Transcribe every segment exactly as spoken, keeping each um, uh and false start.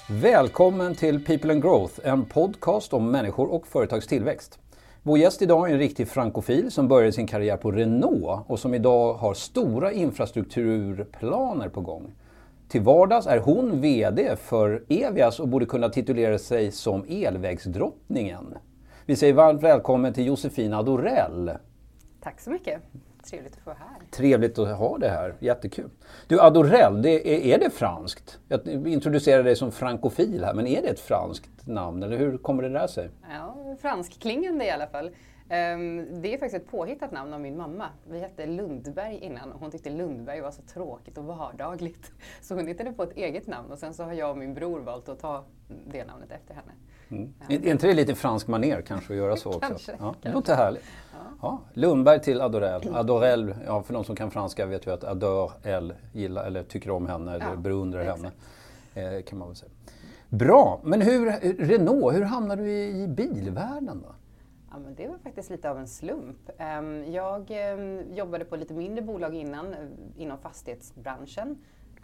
Välkommen till People and Growth, en podcast om människor och företags tillväxt. Vår gäst idag är en riktig frankofil som började sin karriär på Renault och som idag har stora infrastrukturplaner på gång. Till vardags är hon vd för Evias och borde kunna titulera sig som elvägsdrottningen. Vi säger varmt välkommen till Josefin Adorell. Tack så mycket. Trevligt att få vara här. Trevligt att ha det här. Jättekul. Du, Adorell, det är, är det franskt? Jag introducerar dig som frankofil här, men är det ett franskt namn eller hur kommer det där sig? Ja, franskklingande i alla fall. Um, det är faktiskt ett påhittat namn av min mamma. Vi hette Lundberg innan och hon tyckte Lundberg var så tråkigt och vardagligt. Så hon hittade på ett eget namn och sen så har jag och min bror valt att ta det namnet efter henne. Mm. Ja. Är inte det lite fransk maner kanske att göra så också? Kanske. Ja, det låter härligt. Ja. Ja, Lundberg till Adorell. Adorell, ja, för de som kan franska vet ju att Adorell gillar eller tycker om henne eller ja, beundrar henne. Eh, kan man väl säga. Bra, men hur, Renault, hur hamnade du i, i bilvärlden då? Ja, men det var faktiskt lite av en slump. Jag jobbade på lite mindre bolag innan, inom fastighetsbranschen.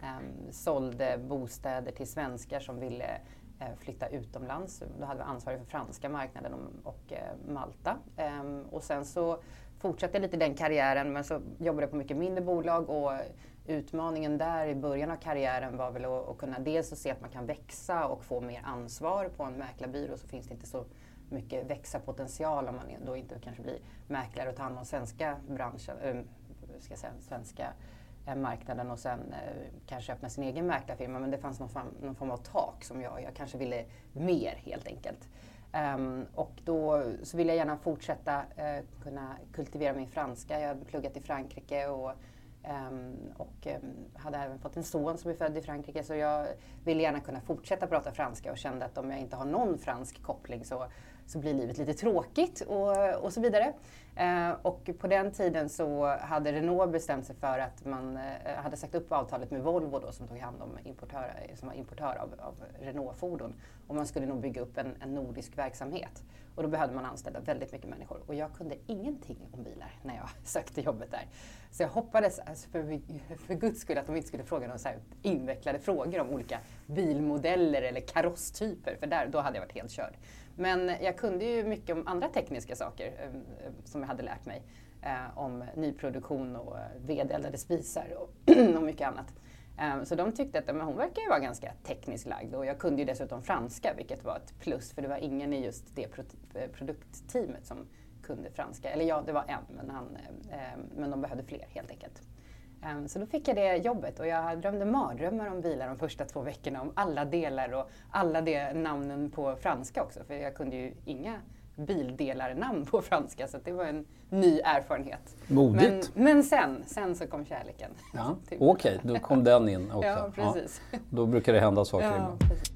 Sålde bostäder till svenskar som ville flytta utomlands. Då hade vi ansvar för franska marknaden och Malta. Och sen så fortsatte jag lite den karriären, men så jobbade jag på mycket mindre bolag och utmaningen där i början av karriären var väl att, att kunna dels att se att man kan växa och få mer ansvar på en mäklarbyrå, så finns det inte så mycket växa potential om man då inte kanske blir mäklare och tar hand om svenska branschen, äh, ska jag säga, svenska äh, marknaden och sen äh, kanske öppna sin egen mäklarfirma. Men det fanns någon form, någon form av tak som jag, jag kanske ville mer helt enkelt. Um, och då så ville jag gärna fortsätta uh, kunna kultivera min franska. Jag hade pluggat i Frankrike och Um, och um, hade även fått en son som är född i Frankrike, så jag ville gärna kunna fortsätta prata franska och kände att om jag inte har någon fransk koppling så, så blir livet lite tråkigt och, och så vidare. Uh, och på den tiden så hade Renault bestämt sig för att man uh, hade sagt upp avtalet med Volvo då, som tog hand om importör, som var importör av, av Renault-fordon, och man skulle nog bygga upp en, en nordisk verksamhet. Och då behövde man anställa väldigt mycket människor. Och jag kunde ingenting om bilar när jag sökte jobbet där. Så jag hoppades alltså för, för guds skull att de inte skulle fråga några så här invecklade frågor om olika bilmodeller eller karosstyper. För där, då hade jag varit helt körd. Men jag kunde ju mycket om andra tekniska saker eh, som jag hade lärt mig. Eh, om nyproduktion och vedeldade spisar och, och mycket annat. Så de tyckte att men hon verkar ju vara ganska tekniskt lagd, och jag kunde ju dessutom franska, vilket var ett plus, för det var ingen i just det produktteamet som kunde franska. Eller ja, det var en, men, han, men de behövde fler helt enkelt. Så då fick jag det jobbet och jag drömde mardrömmar om bilar de första två veckorna, om alla delar och alla de namnen på franska också, för jag kunde ju inga bildelarnamn på franska, så det var en ny erfarenhet. Modigt. Men, men sen, sen så kom kärleken. Ja, Okej, okay, då kom den in också. Ja, precis. Ja, då brukar det hända saker ja, ibland. Precis.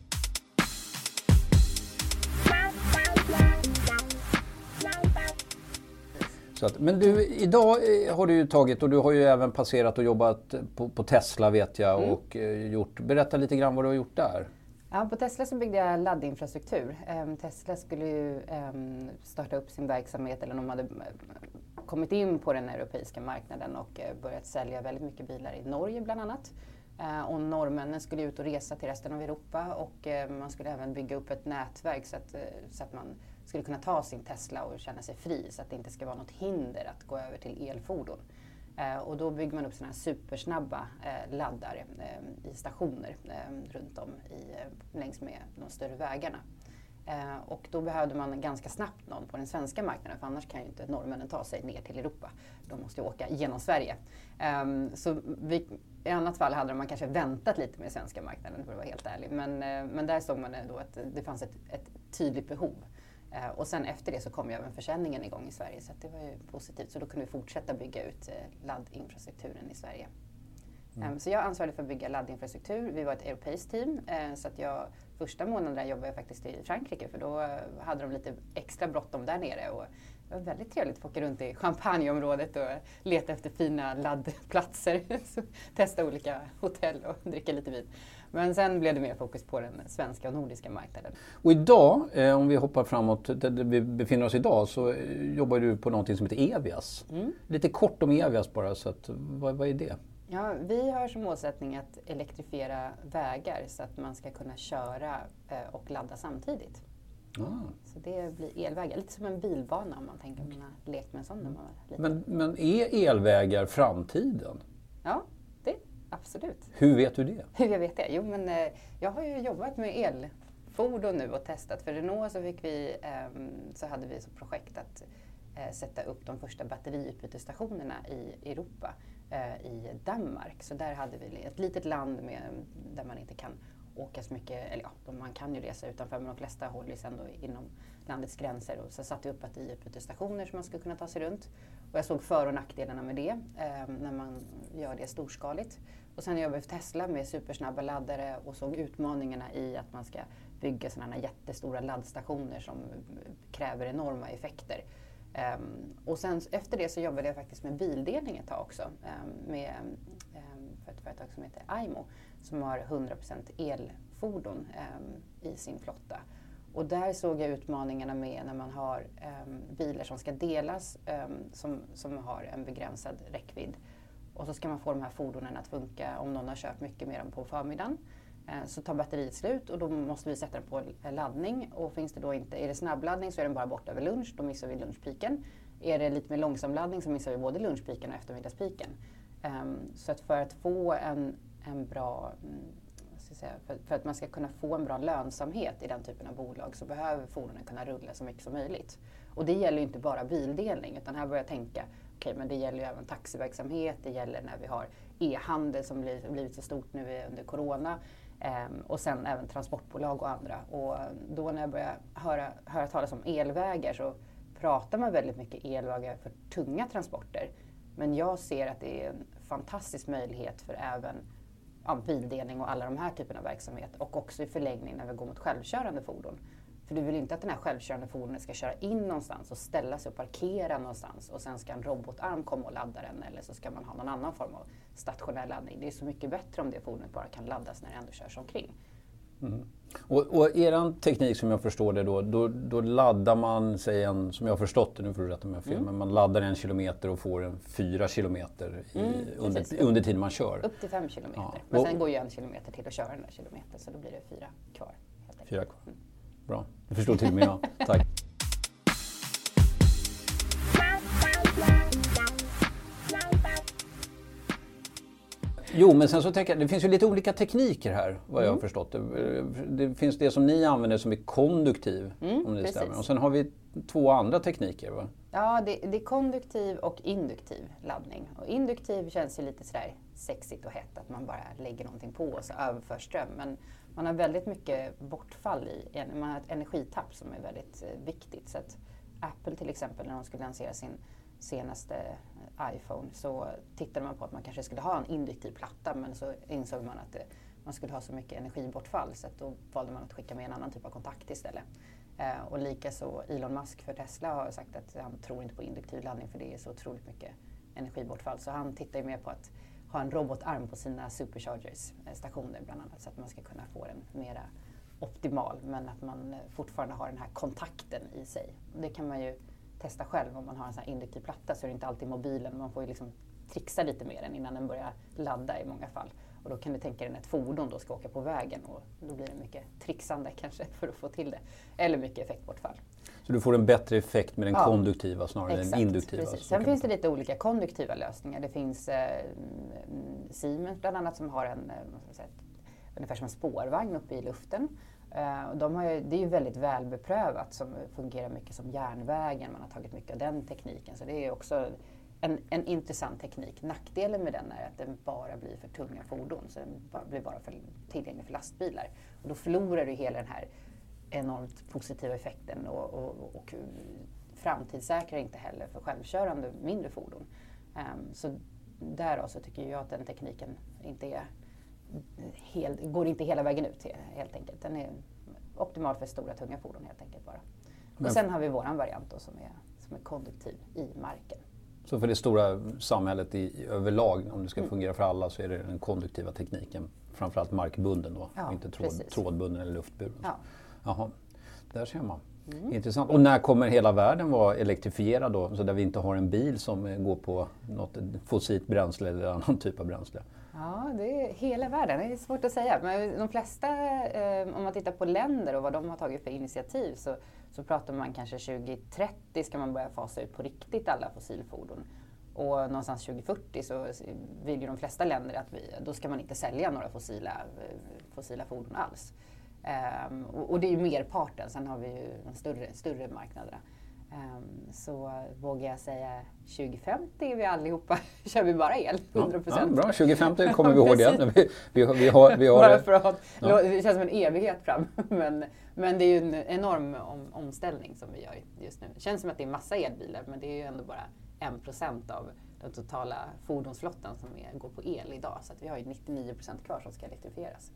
Så att, men du, idag har du ju tagit, och du har ju även passerat och jobbat på, på Tesla vet jag, mm. och eh, gjort, berätta lite grann vad du har gjort där. Ja, på Tesla så byggde jag laddinfrastruktur. Um, Tesla skulle ju um, starta upp sin verksamhet, eller de hade kommit in på den europeiska marknaden och uh, börjat sälja väldigt mycket bilar i Norge bland annat. Uh, och norrmännen skulle ut och resa till resten av Europa, och uh, man skulle även bygga upp ett nätverk så att, uh, så att man skulle kunna ta sin Tesla och känna sig fri, så att det inte ska vara något hinder att gå över till elfordon. Uh, och då bygger man upp såna här supersnabba uh, laddare uh, i stationer uh, runt om i, uh, längs med de större vägarna. Uh, och då behövde man ganska snabbt någon på den svenska marknaden, för annars kan ju inte norrmännen ta sig ner till Europa. De måste ju åka genom Sverige. Um, så vi, i annat fall hade man kanske väntat lite med svenska marknaden, för att vara helt ärlig. Men, uh, men där såg man då att det fanns ett, ett tydligt behov. Uh, och sen efter det så kom ju även försäljningen igång i Sverige, så att det var ju positivt. Så då kunde vi fortsätta bygga ut uh, laddinfrastrukturen i Sverige. Mm. Um, så jag ansvarade för att bygga laddinfrastruktur. Vi var ett europeiskt team, uh, så att jag första månaden jobbade jag faktiskt i Frankrike, för då uh, hade de lite extra bråttom där nere. Och det var väldigt trevligt att få åka runt i Champagneområdet och leta efter fina laddplatser. Testa olika hotell och dricka lite vin. Men sen blev det mer fokus på den svenska och nordiska marknaden. Och idag, eh, om vi hoppar framåt där vi befinner oss idag, så jobbar du på någonting som heter Evias. Mm. Lite kort om Evias bara, så att, vad, vad är det? Ja, vi har som målsättning att elektrifiera vägar så att man ska kunna köra eh, och ladda samtidigt. Ah. Så det blir elvägar, lite som en bilbana om man tänker att man har lekt med en sån när man var liten. Men, men är elvägar framtiden? Ja, det absolut. Hur vet du det? Hur jag vet det? Jo, men eh, jag har ju jobbat med elfordon nu och testat. För Renault så, fick vi, eh, så hade vi som projekt att eh, sätta upp de första batteriutbytesstationerna i Europa, eh, i Danmark. Så där hade vi ett litet land med, där man inte kan åka så mycket, eller ja, man kan ju resa utanför, men de flesta håller ju ändå inom landets gränser. Och så satte jag upp batteriutbytesstationer som man skulle kunna ta sig runt. Och jag såg för- och nackdelarna med det eh, när man gör det storskaligt. Och sen jobbade jag för Tesla med supersnabba laddare och såg utmaningarna i att man ska bygga sådana här jättestora laddstationer som kräver enorma effekter. Um, och sen efter det så jobbade jag faktiskt med bildelning ett tag också. Um, med, um, för ett företag som heter Aimo som har hundra procent elfordon um, i sin flotta. Och där såg jag utmaningarna med när man har um, bilar som ska delas um, som, som har en begränsad räckvidd. Och så ska man få de här fordonen att funka om någon har kört mycket med dem på förmiddagen. Eh, så tar batteriet slut och då måste vi sätta den på laddning. Och finns det då inte, är det snabbladdning så är den bara borta över lunch, då missar vi lunchpiken. Är det lite mer långsamladdning så missar vi både lunchpiken och eftermiddagspiken. Eh, så att för att få en, en bra, ska säga, för, för att man ska kunna få en bra lönsamhet i den typen av bolag så behöver fordonen kunna rulla så mycket som möjligt. Och det gäller ju inte bara bildelning utan här börjar jag tänka okej, men det gäller ju även taxiverksamhet, det gäller när vi har e-handel som blir, blivit så stort nu under corona ehm, och sen även transportbolag och andra. Och då när jag börjar höra, höra talas om elvägar så pratar man väldigt mycket elvägar för tunga transporter. Men jag ser att det är en fantastisk möjlighet för även ja, bildelning och alla de här typerna av verksamhet och också i förlängning när vi går mot självkörande fordon. För du vill inte att den här självkörande fordonet ska köra in någonstans och ställa sig och parkera någonstans och sen ska en robotarm komma och ladda den eller så ska man ha någon annan form av stationär laddning. Det är så mycket bättre om det fordonet bara kan laddas när det ändå körs omkring. Mm. Och, och er teknik som jag förstår det då, då, då laddar man sig en, som jag har förstått det, nu får du rätta mig om jag har fel, mm. men man laddar en kilometer och får en fyra kilometer i, mm, under, under tiden man kör. Upp till fem kilometer. Ja. Men sen går ju en kilometer till att köra den där kilometern så då blir det fyra kvar. Helt enkelt. Fyra kvar. Mm. Bra, det förstår till och med jag. Tack. Jo, men sen så tänker jag, det finns ju lite olika tekniker här, vad jag har mm. förstått. Det, det finns det som ni använder som är konduktiv, mm, om det precis. stämmer. Och sen har vi två andra tekniker, va? Ja, det, det är konduktiv och induktiv laddning. Och induktiv känns ju lite sådär sexigt och hett, att man bara lägger någonting på och så överför ström. Men man har väldigt mycket bortfall i, man har ett energitapp som är väldigt eh, viktigt. Så att Apple till exempel, när de skulle lansera sin senaste iPhone så tittade man på att man kanske skulle ha en induktiv platta, men så insåg man att det, man skulle ha så mycket energibortfall så att då valde man att skicka med en annan typ av kontakt istället. Eh, och likaså Elon Musk för Tesla har sagt att han tror inte på induktiv laddning för det är så otroligt mycket energibortfall. Så han tittar ju mer på att ha en robotarm på sina superchargers stationer bland annat så att man ska kunna få den mera optimal men att man fortfarande har den här kontakten i sig. Det kan man ju testa själv om man har en sån här induktiv platta så är det inte alltid mobilen. Man får ju liksom trixa lite med den innan den börjar ladda i många fall. Och då kan du tänka dig när ett fordon då ska åka på vägen och då blir det mycket trixande kanske för att få till det. Eller mycket effektbortfall. Så du får en bättre effekt med den ja, konduktiva snarare än den induktiva? Precis. Sen finns det lite olika konduktiva lösningar. Det finns eh, Siemens bland annat som har en, vad ska jag säga, ungefär som en spårvagn uppe i luften. Uh, de har ju, det är ju väldigt välbeprövat som fungerar mycket som järnvägen. Man har tagit mycket av den tekniken. Så det är också en, en intressant teknik. Nackdelen med den är att den bara blir för tunga fordon. Så den bara, blir bara för, tillgänglig för lastbilar. Och då förlorar du hela den här enormt positiva effekten. Och, och, och framtidssäkrar inte heller för självkörande mindre fordon. Um, så därav så tycker jag att den tekniken inte är... Helt, går inte hela vägen ut helt enkelt. Den är optimal för stora tunga fordon helt enkelt bara. Men, och sen har vi våran variant då, som är som är konduktiv i marken. Så för det stora samhället i överlag, om det ska mm. fungera för alla, så är det den konduktiva tekniken, framförallt markbunden då, ja, och inte tråd, trådbunden eller luftburen. Ja. Jaha, där ser man. Mm. Intressant. Och när kommer hela världen vara elektrifierad då? Så där vi inte har en bil som går på något fossilt bränsle eller annan typ av bränsle? Ja, det är hela världen. Det är svårt att säga. Men de flesta, eh, om man tittar på länder och vad de har tagit för initiativ så, så pratar man kanske tjugo trettio ska man börja fasa ut på riktigt alla fossilfordon. Och någonstans tjugo fyrtio så vill ju de flesta länder att vi, då ska man inte sälja några fossila, fossila fordon alls. Um, och, och det är ju merparten, sen har vi ju de större, större marknaderna. Um, så vågar jag säga tjugo femtio är vi allihopa, kör vi bara el, hundra procent. Ja, bra, tjugo femtio kommer vi ihåg det. Vi, vi, vi har, vi har bara för att, ja. Det känns som en evighet fram, men, men det är ju en enorm om, omställning som vi gör just nu. Det känns som att det är massa elbilar, men det är ju ändå bara en procent av den totala fordonsflottan som är, går på el idag. Så att vi har ju nittionio procent kvar som ska elektrifieras.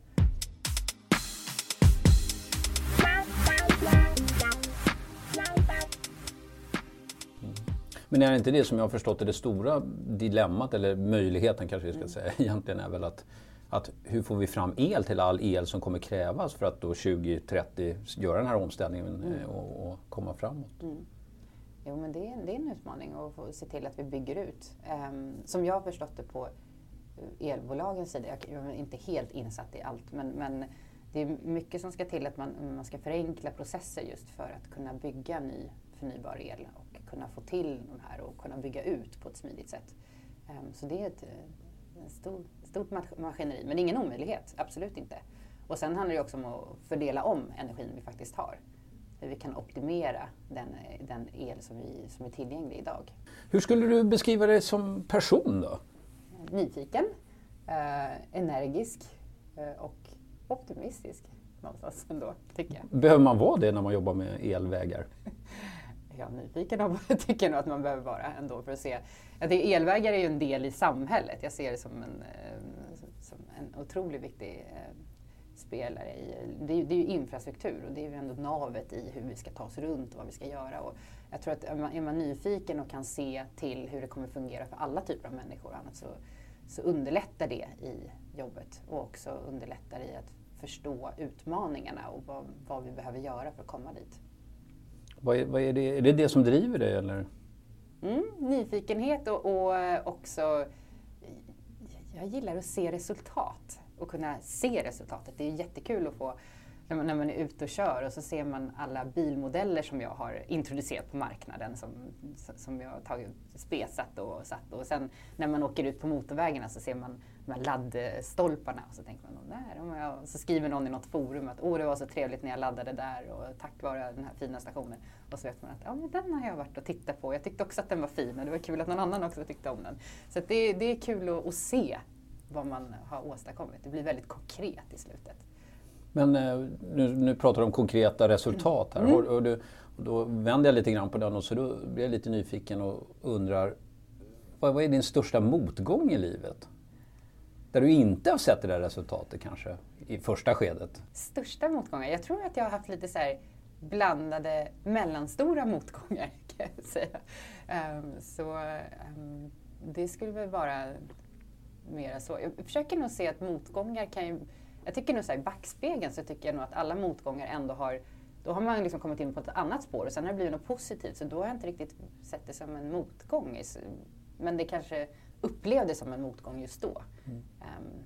Men är det inte det som jag har förstått är det stora dilemmat, eller möjligheten kanske vi ska säga, egentligen är väl att, att hur får vi fram el till all el som kommer krävas för att då tjugo trettio göra den här omställningen mm. och, och komma framåt? Mm. Jo, men det är, det är en utmaning att få se till att vi bygger ut. Um, som jag har förstått det på elbolagens sida, jag är inte helt insatt i allt, men, men det är mycket som ska till att man, man ska förenkla processer just för att kunna bygga ny förnybar el och kunna få till de här och kunna bygga ut på ett smidigt sätt. Um, så det är ett, ett stor, stort maskineri, men ingen omöjlighet, absolut inte. Och sen handlar det också om att fördela om energin vi faktiskt har. Hur vi kan optimera den, den el som, vi, som är tillgänglig idag. Hur skulle du beskriva dig som person då? Nyfiken, eh, energisk eh, och optimistisk någonstans ändå, tycker jag. Behöver man vara det när man jobbar med elvägar? Ja, nyfiken tycker jag nog att man behöver vara ändå för att se. Ja, det, elvägar är ju en del i samhället. Jag ser det som en, som en otroligt viktig spelare i. Det är, det är ju infrastruktur och det är ju ändå navet i hur vi ska ta oss runt och vad vi ska göra. Och jag tror att är man, är man nyfiken och kan se till hur det kommer fungera för alla typer av människor och annat så, så underlättar det i jobbet och också underlättar i att förstå utmaningarna och vad, vad vi behöver göra för att komma dit. Vad är, vad är, det, är det det som driver dig eller? Mm, nyfikenhet och, och också, jag gillar att se resultat och kunna se resultatet. Det är jättekul att få, när man, när man är ute och kör och så ser man alla bilmodeller som jag har introducerat på marknaden som, som jag har tagit spesat och satt. Och sen när man åker ut på motorvägarna så ser man de här laddstolparna och så tänker man, där, och så skriver någon i något forum att åh, det var så trevligt när jag laddade där och tack vare den här fina stationen. Och så vet man att ja, men den har jag varit och tittat på. Jag tyckte också att den var fin och det var kul att någon annan också tyckte om den. Så att det, det är kul att, att se vad man har åstadkommit. Det blir väldigt konkret i slutet. Men nu, nu pratar du om konkreta resultat här. Mm. Och, du, och då vänder jag lite grann på den och så då blir jag lite nyfiken och undrar vad, vad är din största motgång i livet? Där du inte har sett det där resultatet kanske i första skedet. Största motgångar? Jag tror att jag har haft lite så här blandade mellanstora motgångar kan jag säga. Um, så um, det skulle väl vara mera så. Jag försöker nog se att motgångar kan ju, jag tycker nog så här i backspegeln så tycker jag nog att alla motgångar ändå har, då har man liksom kommit in på ett annat spår och sen har det blivit något positivt så då har jag inte riktigt sett det som en motgång. Men det kanske upplevdes som en motgång just då. Mm. Um,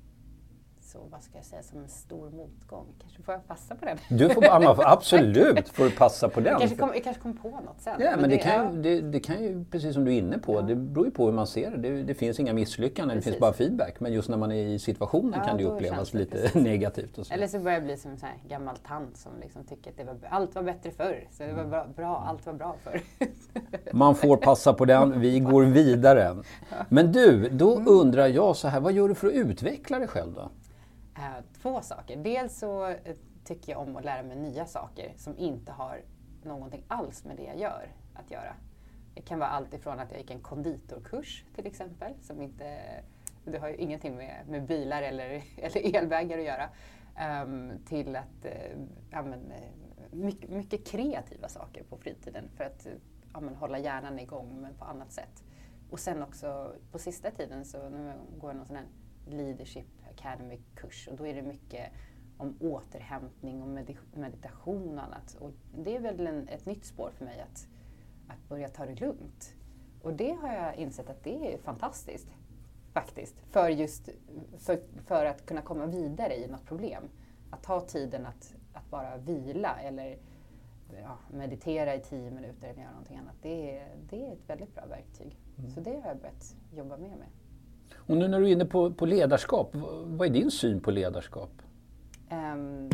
så vad ska jag säga som en stor motgång? Kanske får jag passa på den? Du får, absolut får du passa på den. Jag kanske kom, jag kanske kom på något sen. Ja, men, men det, det, kan ju, det, det kan ju, precis som du är inne på, ja. Det beror ju på hur man ser det. Det, det finns inga misslyckanden, precis. Det finns bara feedback. Men just när man är i situationen ja, kan det upplevas det, lite precis. Negativt. Och så. Eller så börjar jag bli som en sån här gammal tant som liksom tycker att det var, allt var bättre förr. Så det var bra, bra allt var bra förr. Man får passa på den, vi går vidare. Men du, då mm. undrar jag så här, vad gör du för att utveckla dig själv då? Uh, två saker. Dels så uh, tycker jag om att lära mig nya saker som inte har någonting alls med det jag gör att göra. Det kan vara allt ifrån att jag gick en konditorkurs till exempel, som inte, det har ju ingenting med, med bilar eller, eller elvägar att göra, um, till att uh, ja, men, mycket, mycket kreativa saker på fritiden för att ja, men, hålla hjärnan igång men på annat sätt. Och sen också på sista tiden så nu går jag någon sån här Leadership Academy-kurs och då är det mycket om återhämtning och med- meditation och annat. Och det är väl en, ett nytt spår för mig att, att börja ta det lugnt. Och det har jag insett att det är fantastiskt faktiskt. För just för, för att kunna komma vidare i något problem. Att ta tiden att, att bara vila eller ja, meditera i tio minuter eller göra någonting annat. Det är, det är ett väldigt bra verktyg. Mm. Så det har jag börjat jobba mer med. Och nu när du är inne på, på ledarskap, vad är din syn på ledarskap? Um,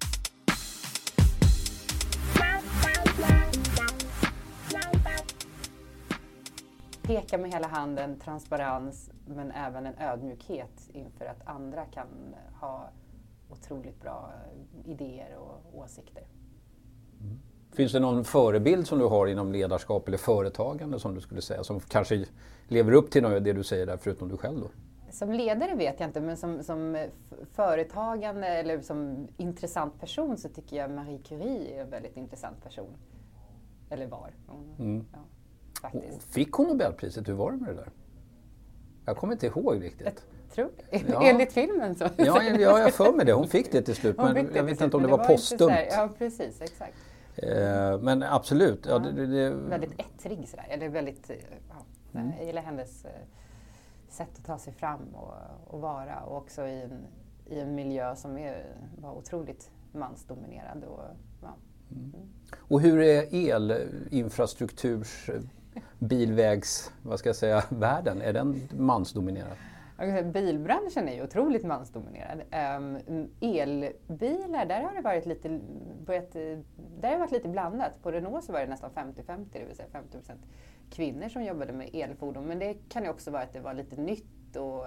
peka med hela handen, transparens, men även en ödmjukhet inför att andra kan ha otroligt bra idéer och åsikter. Mm. Finns det någon förebild som du har inom ledarskap eller företagande som du skulle säga, som kanske lever upp till det du säger där, förutom du själv då? Som ledare vet jag inte, men som, som företagande eller som intressant person så tycker jag Marie Curie är en väldigt intressant person. Eller var. Mm. Ja, faktiskt. Fick hon Nobelpriset? Hur var det med det där? Jag kommer inte ihåg riktigt. Jag tror ja. Enligt filmen så. Ja, ja, jag för mig det. Hon fick det till slut, men jag vet inte om det var, var poststumt. Ja, precis, exakt. Eh, men absolut. Ja, ja, det, det... Väldigt ettrig sådär. Eller väldigt, ja, mm. Jag gillar hennes sätt att ta sig fram och, och vara. Och också i en, i en miljö som är, var otroligt mansdominerad. Och, ja. mm. och hur är elinfrastrukturs bilvägs, vad ska jag säga, världen? Är den mansdominerad? Bilbranschen är ju otroligt mansdominerad. Um, elbilar, där har det varit lite, börjat, där har det varit lite blandat. På Renault så var det nästan femtio femtio, det vill säga femtio procent kvinnor som jobbade med elfordon. Men det kan ju också vara att det var lite nytt och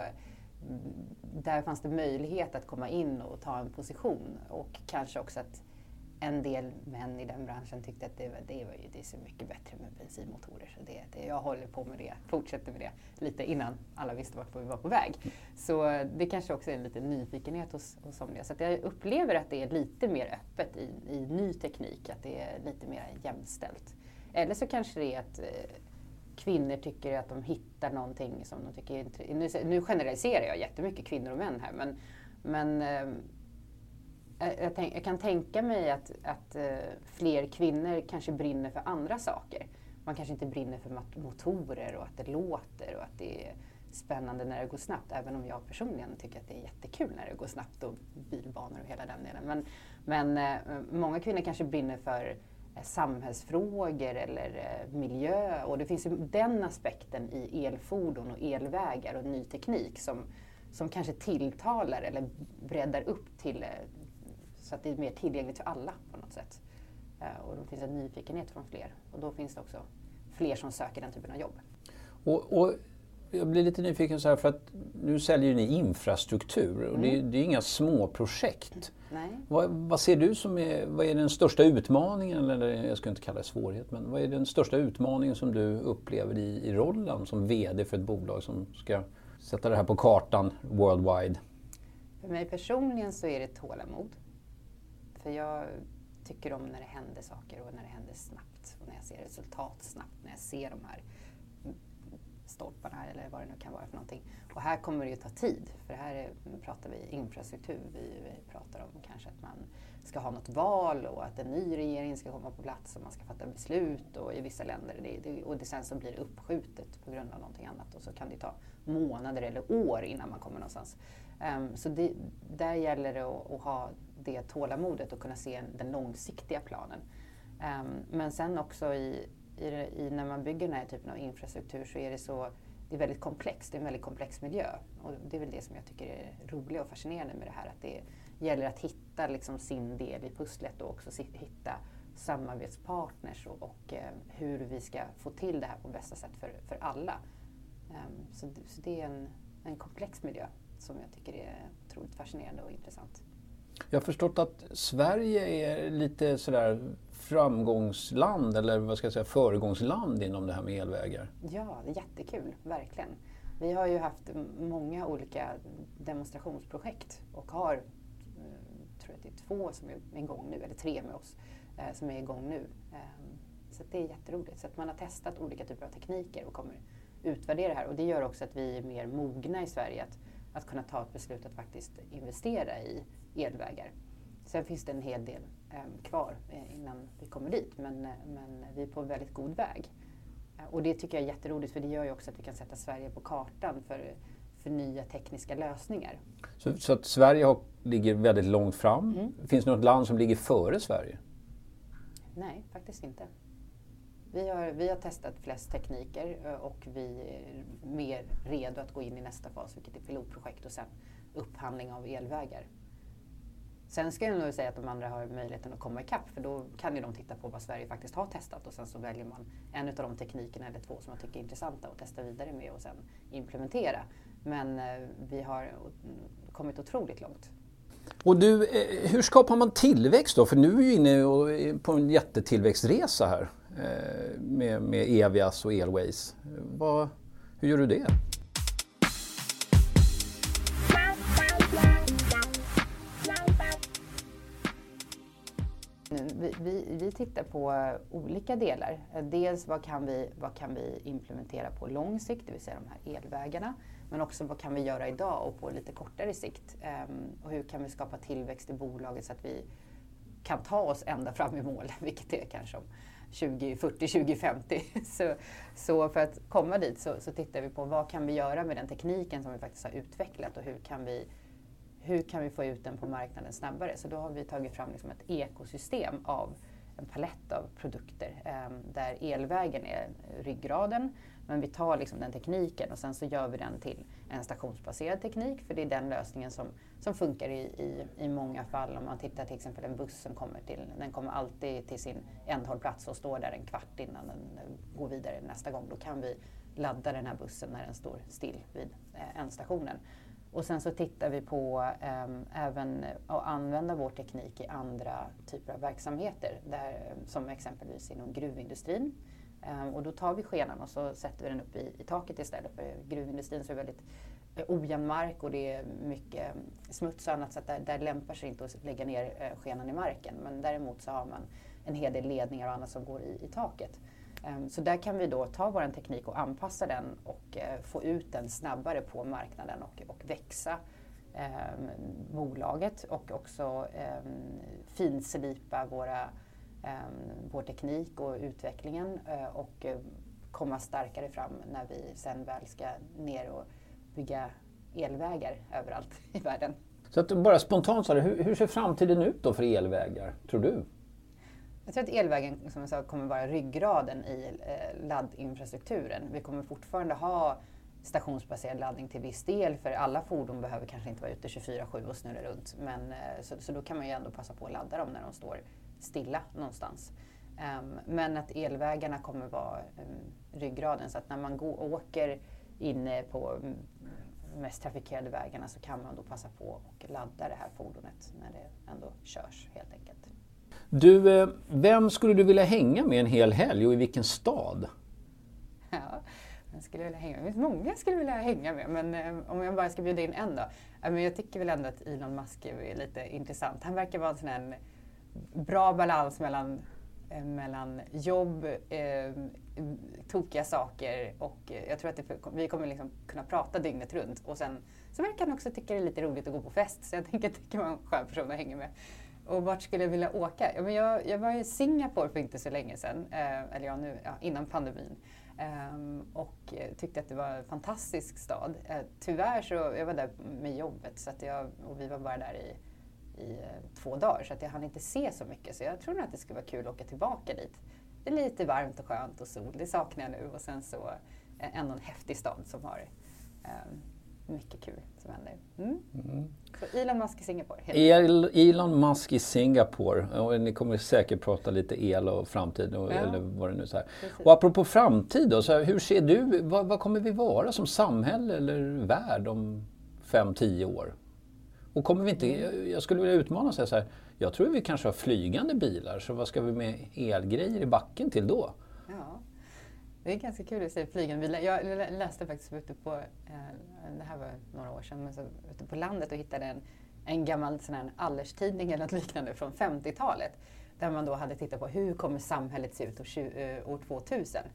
där fanns det möjlighet att komma in och ta en position. Och kanske också att en del män i den branschen tyckte att det var, det var ju det är så mycket bättre med bensinmotorer. Så det, det, jag håller på med det, fortsätter med det lite innan alla visste vart vi var på väg. Så det kanske också är en liten nyfikenhet hos, hos somliga. Så att jag upplever att det är lite mer öppet i, i ny teknik, att det är lite mer jämställt. Eller så kanske det är att eh, kvinnor tycker att de hittar någonting som de tycker är intressant. Nu, nu generaliserar jag jättemycket kvinnor och män här, men, men eh, Jag, tänk, jag kan tänka mig att, att uh, fler kvinnor kanske brinner för andra saker. Man kanske inte brinner för motorer och att det låter och att det är spännande när det går snabbt. Även om jag personligen tycker att det är jättekul när det går snabbt och bilbanor och hela den delen. Men, men uh, många kvinnor kanske brinner för uh, samhällsfrågor eller uh, miljö. Och det finns ju den aspekten i elfordon och elvägar och ny teknik som, som kanske tilltalar eller breddar upp till uh, så att det är mer tillgängligt för alla på något sätt. Uh, och då finns en nyfikenhet från fler. Och då finns det också fler som söker den typen av jobb. Och, och jag blir lite nyfiken så här, för att nu säljer ni infrastruktur och mm. det, det är inga små projekt. Nej. Vad, vad ser du som är, vad är den största utmaningen, eller jag ska inte kalla det svårighet, men vad är den största utmaningen som du upplever i, i rollen som vd för ett bolag som ska sätta det här på kartan worldwide? För mig personligen så är det tålamod. För jag tycker om när det händer saker och när det händer snabbt. Och när jag ser resultat snabbt, när jag ser de här stolparna eller vad det nu kan vara för någonting. Och här kommer det ju ta tid. För här är, pratar vi infrastruktur. Vi, vi pratar om kanske att man ska ha något val och att en ny regering ska komma på plats och man ska fatta beslut. Och i vissa länder, det, det, och det sen så blir det uppskjutet på grund av någonting annat. Och så kan det ta månader eller år innan man kommer någonstans. Um, så det, där gäller det att, att ha det tålamodet och kunna se den långsiktiga planen. Um, men sen också i, i, i när man bygger den här typen av infrastruktur så är det så, det är väldigt komplext, det är en väldigt komplex miljö. Och det är väl det som jag tycker är roligt och fascinerande med det här, att det gäller att hitta liksom sin del i pusslet och också hitta samarbetspartners och, och eh, hur vi ska få till det här på bästa sätt för, för alla. Um, så, så det är en, en komplex miljö som jag tycker är otroligt fascinerande och intressant. Jag har förstått att Sverige är lite sådär framgångsland, eller vad ska jag säga, föregångsland inom det här med elvägar. Ja, det är jättekul, verkligen. Vi har ju haft många olika demonstrationsprojekt och har, tror jag det är två som är igång nu, eller tre med oss, som är igång nu. Så det är jätteroligt. Så att man har testat olika typer av tekniker och kommer utvärdera det här. Och det gör också att vi är mer mogna i Sverige att att kunna ta ett beslut att faktiskt investera i elvägar. Sen finns det en hel del eh, kvar eh, innan vi kommer dit, men, eh, men vi är på väldigt god väg. Eh, och det tycker jag är jätteroligt, för det gör ju också att vi kan sätta Sverige på kartan för, för nya tekniska lösningar. Så, så att Sverige har, ligger väldigt långt fram. Mm. Finns det något land som ligger före Sverige? Nej, faktiskt inte. Vi har, vi har testat flest tekniker och vi är mer redo att gå in i nästa fas, vilket är pilotprojekt och sen upphandling av elvägar. Sen ska jag nog säga att de andra har möjligheten att komma ikapp, för då kan ju de titta på vad Sverige faktiskt har testat och sen så väljer man en av de teknikerna eller två som man tycker är intressanta och testa vidare med och sen implementera. Men eh, vi har kommit otroligt långt. Och du, eh, hur skapar man tillväxt då? För nu är vi inne på en jättetillväxtresa här eh, med, med Evias och Elways. Vad, hur gör du det? Vi, vi, vi tittar på olika delar. Dels vad kan, vi, vad kan vi implementera på lång sikt, det vill säga de här elvägarna. Men också vad kan vi göra idag och på lite kortare sikt. Um, och hur kan vi skapa tillväxt i bolaget så att vi kan ta oss ända fram i mål, vilket är kanske om tjugo fyrtio, tjugo femtio. Så, så för att komma dit så, så tittar vi på vad kan vi göra med den tekniken som vi faktiskt har utvecklat och hur kan vi Hur kan vi få ut den på marknaden snabbare? Så då har vi tagit fram liksom ett ekosystem av en palett av produkter eh, där elvägen är ryggraden. Men vi tar liksom den tekniken och sen så gör vi den till en stationsbaserad teknik. För det är den lösningen som, som funkar i, i, i många fall. Om man tittar till exempel en buss som kommer till, den kommer alltid till sin ändhållplats och står där en kvart innan den går vidare nästa gång. Då kan vi ladda den här bussen när den står still vid eh, ändstationen. Och sen så tittar vi på eh, även att använda vår teknik i andra typer av verksamheter, där, som exempelvis inom gruvindustrin. Eh, och då tar vi skenan och så sätter vi den upp i, i taket istället. För gruvindustrin så är det väldigt eh, ojämn mark och det är mycket smuts och annat, så att där, där lämpar sig inte att lägga ner eh, skenan i marken. Men däremot så har man en hel del ledningar och annat som går i, i taket. Så där kan vi då ta vår teknik och anpassa den och eh, få ut den snabbare på marknaden och, och växa eh, bolaget och också eh, finslipa våra, eh, vår teknik och utvecklingen eh, och eh, komma starkare fram när vi sen väl ska ner och bygga elvägar överallt i världen. Så att bara spontant, så här, hur, hur ser framtiden ut då för elvägar, tror du? Jag tror att elvägen, som jag sa, kommer vara ryggraden i eh, laddinfrastrukturen. Vi kommer fortfarande ha stationsbaserad laddning till viss del, för alla fordon behöver kanske inte vara ute tjugofyra sju och snurra runt. Men, eh, så, så då kan man ju ändå passa på att ladda dem när de står stilla någonstans. Um, men att elvägarna kommer vara um, ryggraden, så att när man går, åker inne på um, mest trafikerade vägarna så kan man då passa på och ladda det här fordonet när det ändå körs helt enkelt. Du, vem skulle du vilja hänga med en hel helg och i vilken stad? Ja, jag skulle vilja hänga med. Det finns många jag skulle vilja hänga med, men eh, om jag bara ska bjuda in en då. Eh, men jag tycker väl ändå att Elon Musk är lite intressant. Han verkar vara en sån här bra balans mellan, eh, mellan jobb, eh, tokiga saker och eh, jag tror att det, vi kommer liksom kunna prata dygnet runt. Och sen så verkar han också tycka det är lite roligt att gå på fest, så jag tänker att det kan vara en skön person att hänga med. Och vart skulle jag vilja åka? Ja, men jag, jag var i Singapore för inte så länge sedan, eh, eller ja, nu, ja, innan pandemin. Um, och tyckte att det var en fantastisk stad. Uh, tyvärr så, jag var där med jobbet så att jag, och vi var bara där i, i uh, två dagar så att jag hann inte se så mycket. Så jag tror nog att det skulle vara kul att åka tillbaka dit. Det är lite varmt och skönt och sol, det saknar jag nu. Och sen så uh, ändå en häftig stad som har um, mycket kul som händer. Mm. Mm. Så Elon Musk i Singapore. El, Elon Musk i Singapore. Och ni kommer säkert prata lite el och framtid och, ja. Eller vad det nu är. Så här. Och apropå framtid då, så här, hur ser du, vad, vad kommer vi vara som samhälle eller värld om fem, tio år? Och kommer vi inte, mm. jag skulle vilja utmana och säga så här, jag tror vi kanske har flygande bilar, så vad ska vi med elgrejer i backen till då? Ja. Det är ganska kul att se flygande bilar. Jag läste faktiskt ute på, eh, det här var några år sedan, men så ute på landet och hittade en, en gammal sån här Allers-tidning eller något liknande från femtiotalet. Där man då hade tittat på hur kommer samhället se ut år, år tvåtusen.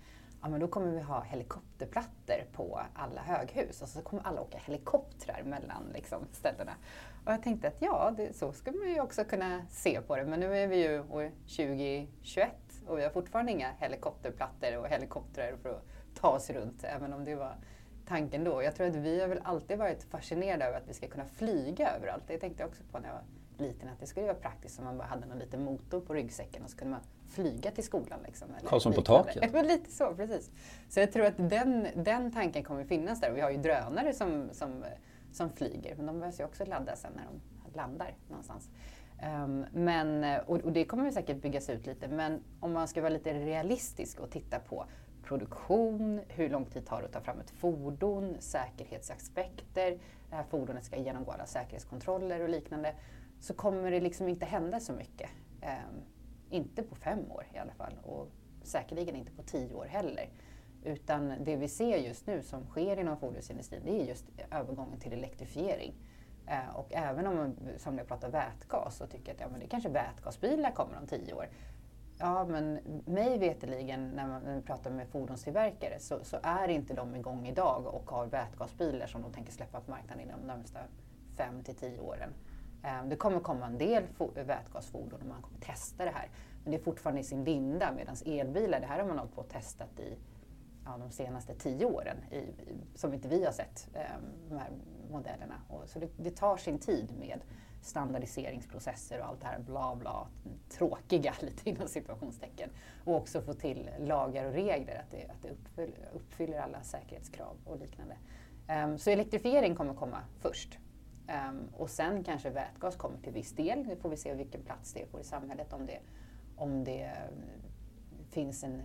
ja, men då kommer vi ha helikopterplattor på alla höghus och så kommer alla åka helikoptrar mellan liksom, ställena. Och jag tänkte att ja, det, så skulle man ju också kunna se på det. Men nu är vi ju år tjugo tjugoett och vi har fortfarande inga helikopterplattor och helikoptrar för att ta oss runt, även om det var tanken då. Jag tror att vi har väl alltid varit fascinerade över att vi ska kunna flyga överallt. Det tänkte jag också på när jag var liten, att det skulle vara praktiskt om man bara hade någon liten motor på ryggsäcken och så kunde man flyga till skolan. Liksom, Karlsson på taket. Men lite så, precis. Så jag tror att den, den tanken kommer finnas där. Och vi har ju drönare som, som, som flyger, men de behövs ju också ladda sen när de landar någonstans. Um, men, och, och det kommer vi säkert byggas ut lite, men om man ska vara lite realistisk och titta på produktion, hur lång tid tar det att ta fram ett fordon, säkerhetsaspekter, det här fordonet ska genomgå alla säkerhetskontroller och liknande, så kommer det liksom inte hända så mycket. Um, inte på fem år i alla fall, och säkerligen inte på tio år heller. Utan det vi ser just nu som sker inom fordonsindustrin, det är just övergången till elektrifiering. Uh, och även om man, som jag pratar vätgas, och tycker att ja, men det kanske vätgasbilar kommer om tio år. Ja, men mig veterligen när man, när man pratar med fordonstillverkare så, så är inte de igång idag och har vätgasbilar som de tänker släppa på marknaden inom de närmsta fem till tio åren. Um, det kommer komma en del fo- vätgasfordon och man kommer testa det här. Men det är fortfarande i sin linda, medan elbilar, det här har man hållit på och testat i ja, de senaste tio åren, i, i, som inte vi har sett, um, de här modellerna. Och, så det, det tar sin tid med standardiseringsprocesser och allt det här bla bla, tråkiga lite inom situationstecken. Och också få till lagar och regler, att det, att det uppfyller, uppfyller alla säkerhetskrav och liknande. Um, så elektrifiering kommer komma först. Um, och sen kanske vätgas kommer till viss del. Nu får vi se vilken plats det får i samhället, om det, om det finns en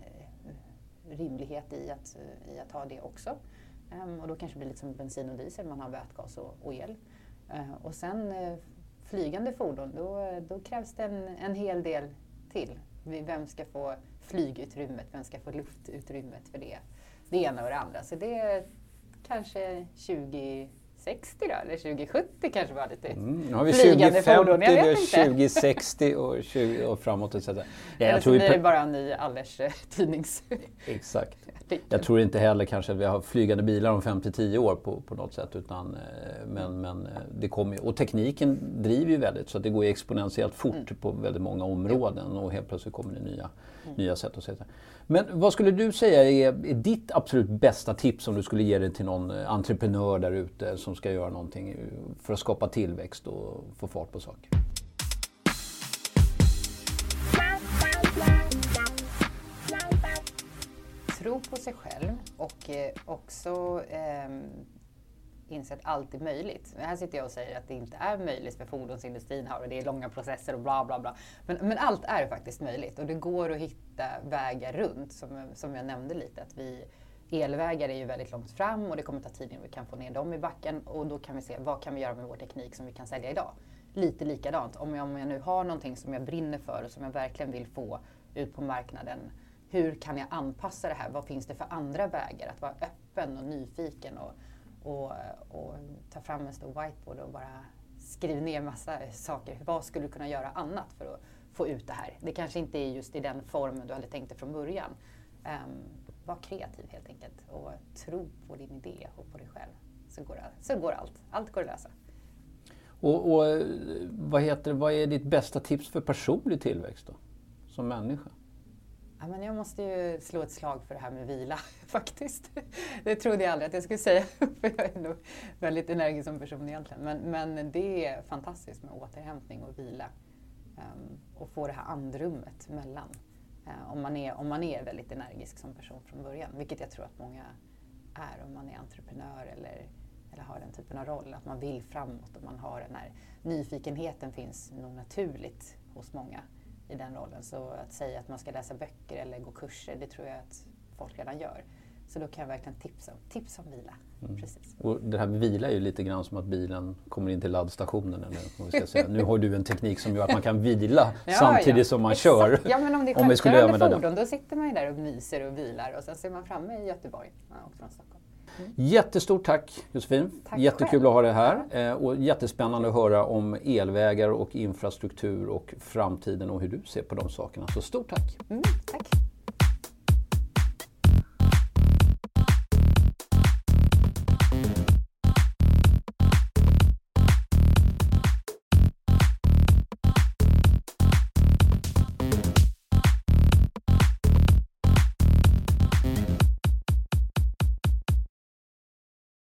rimlighet i att, i att ha det också. Um, och då kanske det blir lite som bensin och diesel, man har vätgas och, och el. Uh, och sen uh, flygande fordon, då, då krävs det en, en hel del till. Vem ska få flygutrymmet, vem ska få luftutrymmet för det? Det ena och det andra. Så det är kanske tjugo sextio då, eller tjugo sjuttio kanske var lite mm, nu har vi flygande tjugo fordon. Jag vet inte. tjugo sextio och, tjugo och framåt. Och så ja, eller så blir det bara en ny Allers tidnings... Exakt. Jag tror inte heller kanske att vi har flygande bilar om fem till tio år på, på något sätt. Utan, men, men det kommer, och tekniken driver ju väldigt, så att det går ju exponentiellt fort mm. på väldigt många områden. Och helt plötsligt kommer det nya, mm. nya sätt att säga. Men vad skulle du säga är, är ditt absolut bästa tips om du skulle ge det till någon entreprenör där ute som ska göra någonting för att skapa tillväxt och få fart på saker? Tro på sig själv och eh, också eh, inse att allt är möjligt. Här sitter jag och säger att det inte är möjligt för fordonsindustrin här och det är långa processer och bla bla bla. Men, men allt är faktiskt möjligt och det går att hitta vägar runt, som, som jag nämnde lite. Att vi, elvägar är ju väldigt långt fram och det kommer ta tid innan vi kan få ner dem i backen, och då kan vi se vad kan vi göra med vår teknik som vi kan sälja idag. Lite likadant, om jag, om jag nu har någonting som jag brinner för och som jag verkligen vill få ut på marknaden, hur kan jag anpassa det här? Vad finns det för andra vägar? Att vara öppen och nyfiken och, och, och ta fram en stor whiteboard och bara skriva ner massa saker. Vad skulle du kunna göra annat för att få ut det här? Det kanske inte är just i den formen du hade tänkt det från början. Um, var kreativ helt enkelt och tro på din idé och på dig själv. Så går, det, så går allt. Allt går att lösa. Och, och vad heter, vad är ditt bästa tips för personlig tillväxt då? Som människa? Ja, men jag måste ju slå ett slag för det här med vila faktiskt. Det trodde jag aldrig att jag skulle säga, för jag är nog väldigt energisk som person egentligen. Men, men det är fantastiskt med återhämtning och vila. Um, och få det här andrummet mellan. Uh, om, man är, om man är väldigt energisk som person från början, vilket jag tror att många är om man är entreprenör eller, eller har den typen av roll. Att man vill framåt och man har den här nyfikenheten finns nog naturligt hos många i den rollen. Så att säga att man ska läsa böcker eller gå kurser, det tror jag att folk redan gör. Så då kan jag verkligen tipsa, tipsa om vila. Mm. Precis. Och det här med vila är ju lite grann som att bilen kommer in till laddstationen. Eller vad vi ska säga. Nu har du en teknik som gör att man kan vila ja, samtidigt ja. som man Exakt. kör. Ja, men om det är självkörande fordon, då sitter man ju där och myser och vilar och sen ser man framme i Göteborg. Man åker från Stockholm. Mm. Jättestort tack Josefin. Tack Jättekul själv. att ha dig här. Ja. Och jättespännande att höra om elvägar och infrastruktur och framtiden och hur du ser på de sakerna. Så stort tack. Mm, tack.